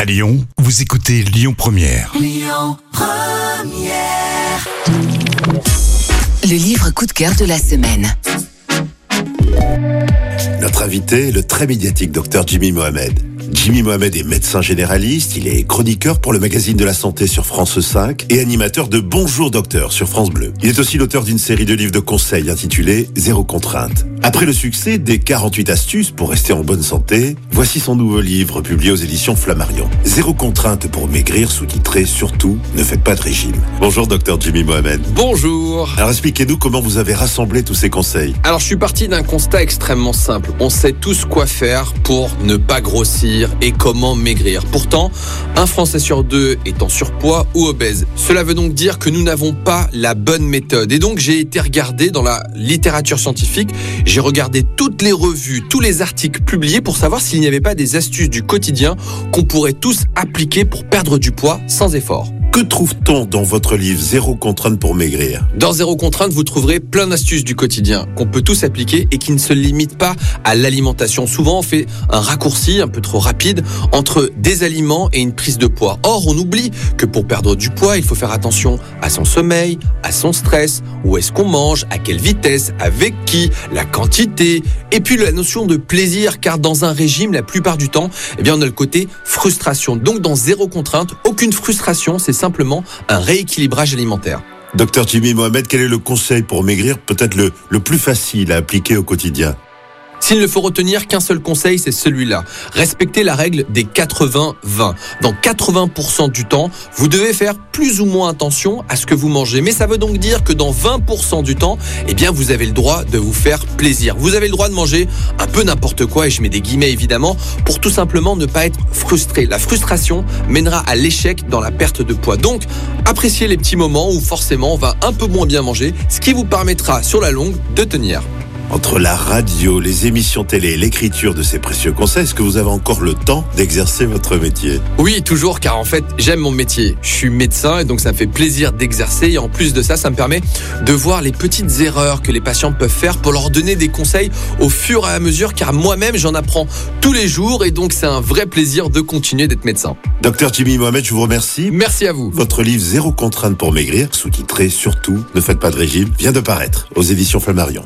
À Lyon, vous écoutez Lyon Première. Lyon Première. Le livre coup de cœur de la semaine. Notre invité est le très médiatique Dr Jimmy Mohamed. Jimmy Mohamed est médecin généraliste, il est chroniqueur pour le magazine de la santé sur France 5 et animateur de Bonjour Docteur sur France Bleu. Il est aussi l'auteur d'une série de livres de conseils intitulée Zéro contrainte. Après le succès des 48 astuces pour rester en bonne santé, voici son nouveau livre publié aux éditions Flammarion. Zéro contrainte pour maigrir, sous-titré Surtout, ne faites pas de régime. Bonjour Dr Jimmy Mohamed. Bonjour. Alors expliquez-nous comment vous avez rassemblé tous ces conseils. Alors je suis parti d'un constat extrêmement simple. On sait tous quoi faire pour ne pas grossir et comment maigrir. Pourtant, un Français sur deux est en surpoids ou obèse. Cela veut donc dire que nous n'avons pas la bonne méthode. Et donc j'ai été regarder dans la littérature scientifique, j'ai regardé toutes les revues, tous les articles publiés pour savoir s'il n'y avait pas des astuces du quotidien qu'on pourrait tous appliquer pour perdre du poids sans effort. Que trouve-t-on dans votre livre Zéro contrainte pour maigrir ? Dans Zéro contrainte, vous trouverez plein d'astuces du quotidien qu'on peut tous appliquer et qui ne se limitent pas à l'alimentation. Souvent, on fait un raccourci un peu trop rapide entre des aliments et une prise de poids. Or, on oublie que pour perdre du poids, il faut faire attention à son sommeil, à son stress, où est-ce qu'on mange, à quelle vitesse, avec qui, la quantité, et puis la notion de plaisir, car dans un régime, la plupart du temps, on a le côté frustration. Donc, dans Zéro contrainte, aucune frustration, c'est simplement un rééquilibrage alimentaire. Docteur Jimmy Mohamed, quel est le conseil pour maigrir, peut-être le plus facile à appliquer au quotidien ? S'il ne faut retenir qu'un seul conseil, c'est celui-là. Respectez la règle des 80-20. Dans 80% du temps, vous devez faire plus ou moins attention à ce que vous mangez. Mais ça veut donc dire que dans 20% du temps, vous avez le droit de vous faire plaisir. Vous avez le droit de manger un peu n'importe quoi, et je mets des guillemets évidemment, pour tout simplement ne pas être frustré. La frustration mènera à l'échec dans la perte de poids. Donc, appréciez les petits moments où forcément on va un peu moins bien manger, ce qui vous permettra sur la longue de tenir. Entre la radio, les émissions télé et l'écriture de ces précieux conseils, est-ce que vous avez encore le temps d'exercer votre métier ? Oui, toujours, car en fait, j'aime mon métier. Je suis médecin et donc ça me fait plaisir d'exercer. Et en plus de ça, ça me permet de voir les petites erreurs que les patients peuvent faire pour leur donner des conseils au fur et à mesure, car moi-même, j'en apprends tous les jours et donc c'est un vrai plaisir de continuer d'être médecin. Docteur Jimmy Mohamed, je vous remercie. Merci à vous. Votre livre Zéro contrainte pour maigrir, sous-titré Surtout, ne faites pas de régime, vient de paraître aux éditions Flammarion.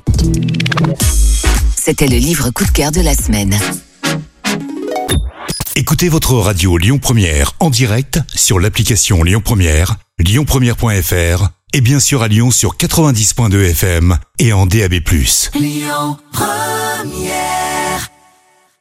C'était le livre coup de cœur de la semaine. Écoutez votre radio Lyon Première en direct sur l'application Lyon Première, lyonpremière.fr et bien sûr à Lyon sur 90.2 FM et en DAB+. Lyon Première.